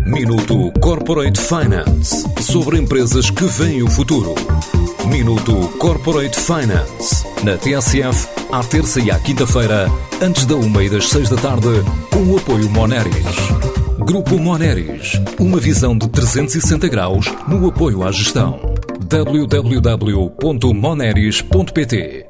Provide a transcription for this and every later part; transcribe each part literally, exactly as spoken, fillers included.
Minuto Corporate Finance, sobre empresas que veem o futuro. Minuto Corporate Finance, na T S F, à terça e à quinta-feira, antes da uma e das seis da tarde, com o apoio Moneris. Grupo Moneris, uma visão de trezentos e sessenta graus no apoio à gestão. w w w ponto moneris ponto p t.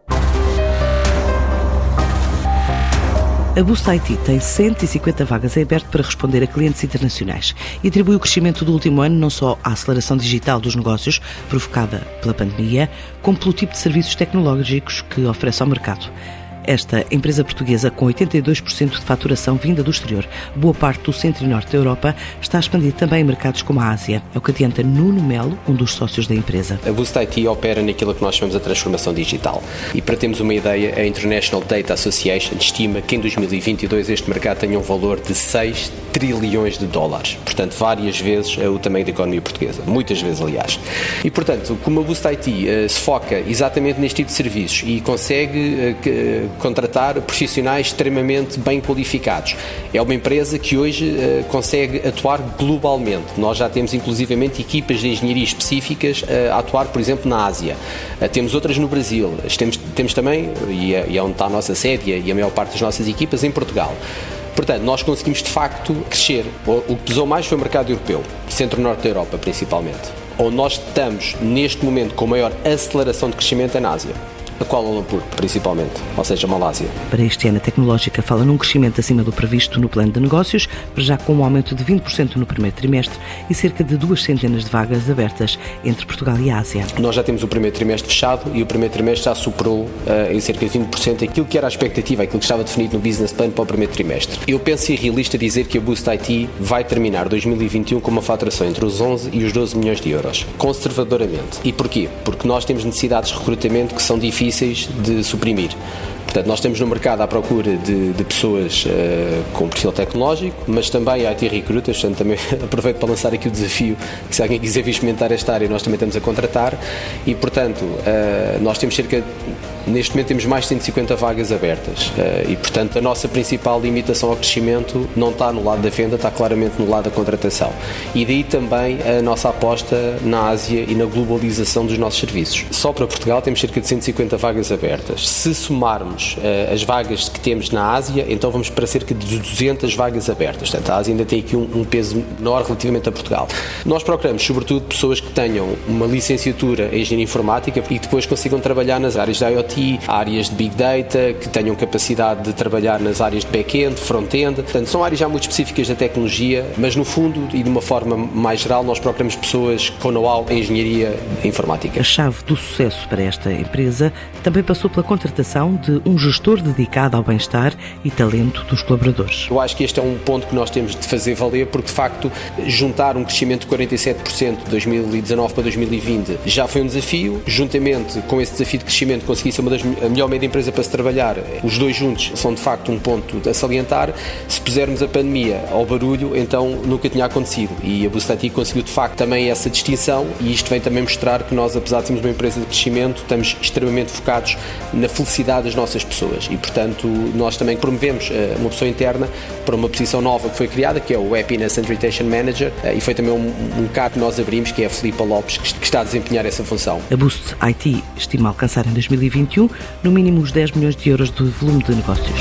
A Boost I T tem cento e cinquenta vagas em aberto para responder a clientes internacionais e atribui o crescimento do último ano não só à aceleração digital dos negócios, provocada pela pandemia, como pelo tipo de serviços tecnológicos que oferece ao mercado. Esta empresa portuguesa, com oitenta e dois por cento de faturação vinda do exterior, boa parte do centro e norte da Europa, está a expandir também em mercados como a Ásia. É o que adianta Nuno Melo, um dos sócios da empresa. A Boost I T opera naquilo que nós chamamos a transformação digital. E para termos uma ideia, a International Data Association estima que em dois mil e vinte e dois este mercado tenha um valor de seis trilhões de dólares. Portanto, várias vezes é o tamanho da economia portuguesa. Muitas vezes, aliás. E, portanto, como a Boost I T uh, se foca exatamente neste tipo de serviços e consegue uh, contratar profissionais extremamente bem qualificados. É uma empresa que hoje uh, consegue atuar globalmente. Nós já temos inclusivamente equipas de engenharia específicas uh, a atuar, por exemplo, na Ásia. Uh, temos outras no Brasil. Temos, temos também, e é, e é onde está a nossa sede e a maior parte das nossas equipas, em Portugal. Portanto, nós conseguimos de facto crescer. O, o que pesou mais foi o mercado europeu, centro-norte da Europa principalmente. Onde nós estamos neste momento com maior aceleração de crescimento é na Ásia. A Kuala Lumpur, principalmente, ou seja, Malásia. Para este ano, a Tecnológica fala num crescimento acima do previsto no plano de negócios, para já com um aumento de vinte por cento no primeiro trimestre e cerca de duas centenas de vagas abertas entre Portugal e a Ásia. Nós já temos o primeiro trimestre fechado e o primeiro trimestre já superou uh, em cerca de vinte por cento aquilo que era a expectativa, aquilo que estava definido no business plan para o primeiro trimestre. Eu penso ser realista dizer que a Boost I T vai terminar dois mil e vinte e um com uma faturação entre os onze e os doze milhões de euros, conservadoramente. E porquê? Porque nós temos necessidades de recrutamento que são difíceis de suprimir. Portanto, nós estamos no mercado à procura de, de pessoas uh, com perfil tecnológico, mas também I T recruiters, portanto também aproveito para lançar aqui o desafio que se alguém quiser vir experimentar esta área, nós também estamos a contratar e, portanto, uh, nós temos cerca, neste momento temos mais de cento e cinquenta vagas abertas uh, e, portanto, a nossa principal limitação ao crescimento não está no lado da venda, está claramente no lado da contratação. E daí também a nossa aposta na Ásia e na globalização dos nossos serviços. Só para Portugal temos cerca de cento e cinquenta vagas abertas. Se somarmos uh, as vagas que temos na Ásia, então vamos para cerca de duzentas vagas abertas. Portanto, a Ásia ainda tem aqui um, um peso menor relativamente a Portugal. Nós procuramos, sobretudo, pessoas que tenham uma licenciatura em engenharia informática e que depois consigam trabalhar nas áreas da IoT, áreas de Big Data, que tenham capacidade de trabalhar nas áreas de back-end, front-end. Portanto, são áreas já muito específicas da tecnologia, mas no fundo e de uma forma mais geral nós procuramos pessoas com know-how em engenharia informática. A chave do sucesso para esta empresa também passou pela contratação de um gestor dedicado ao bem-estar e talento dos colaboradores. Eu acho que este é um ponto que nós temos de fazer valer, porque de facto juntar um crescimento de quarenta e sete por cento de dois mil e dezanove para dois mil e vinte já foi um desafio. Juntamente com esse desafio de crescimento, conseguir ser uma das a melhor meio de empresa para se trabalhar. Os dois juntos são de facto um ponto a salientar. Se pusermos a pandemia ao barulho, então nunca tinha acontecido. E a Boost I T conseguiu de facto também essa distinção, e isto vem também mostrar que nós, apesar de sermos uma empresa de crescimento, estamos extremamente focados na felicidade das nossas pessoas e, portanto, nós também promovemos uma pessoa interna para uma posição nova que foi criada, que é o Happiness and Retention Manager, e foi também um, um cargo que nós abrimos, que é a Filipa Lopes, que está a desempenhar essa função. A Boost I T estima alcançar em dois mil e vinte e um no mínimo os dez milhões de euros de volume de negócios.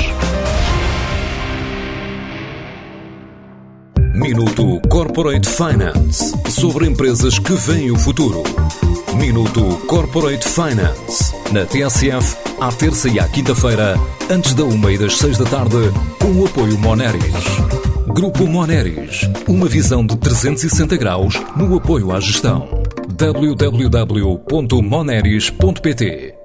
Minuto Corporate Finance, sobre empresas que veem o futuro. Minuto Corporate Finance, na T S F, à terça e à quinta-feira, antes da uma e das seis da tarde, com o apoio Moneris. Grupo Moneris, uma visão de trezentos e sessenta graus no apoio à gestão. w w w ponto moneris ponto p t